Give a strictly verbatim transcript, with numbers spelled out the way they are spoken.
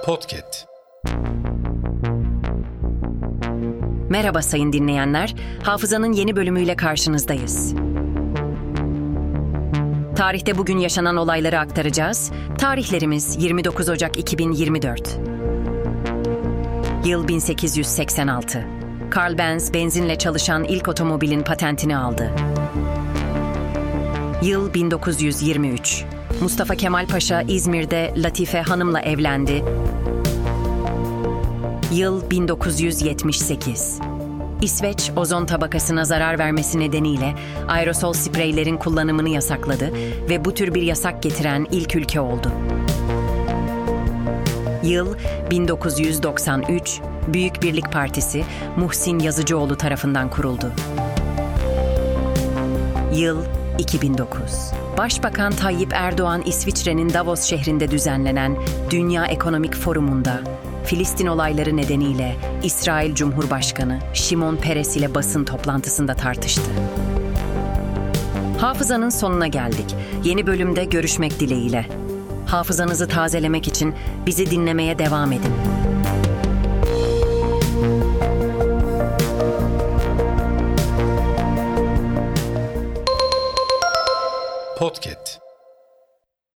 Podcast. Merhaba sayın dinleyenler, Hafızanın yeni bölümüyle karşınızdayız. Tarihte bugün yaşanan olayları aktaracağız. Tarihlerimiz yirmi dokuz Ocak iki bin yirmi dört. Yıl bin sekiz yüz seksen altı. Carl Benz, benzinle çalışan ilk otomobilin patentini aldı. Yıl bin dokuz yüz yirmi üç. Mustafa Kemal Paşa İzmir'de Latife Hanım'la evlendi. Yıl bin dokuz yüz yetmiş sekiz. İsveç, ozon tabakasına zarar vermesi nedeniyle aerosol spreylerin kullanımını yasakladı ve bu tür bir yasak getiren ilk ülke oldu. Yıl bin dokuz yüz doksan üç, Büyük Birlik Partisi Muhsin Yazıcıoğlu tarafından kuruldu. Yıl iki bin dokuz. Başbakan Tayyip Erdoğan, İsviçre'nin Davos şehrinde düzenlenen Dünya Ekonomik Forumu'nda Filistin olayları nedeniyle İsrail Cumhurbaşkanı Şimon Peres ile basın toplantısında tartıştı. Hafızanın sonuna geldik. Yeni bölümde görüşmek dileğiyle. Hafızanızı tazelemek için bizi dinlemeye devam edin.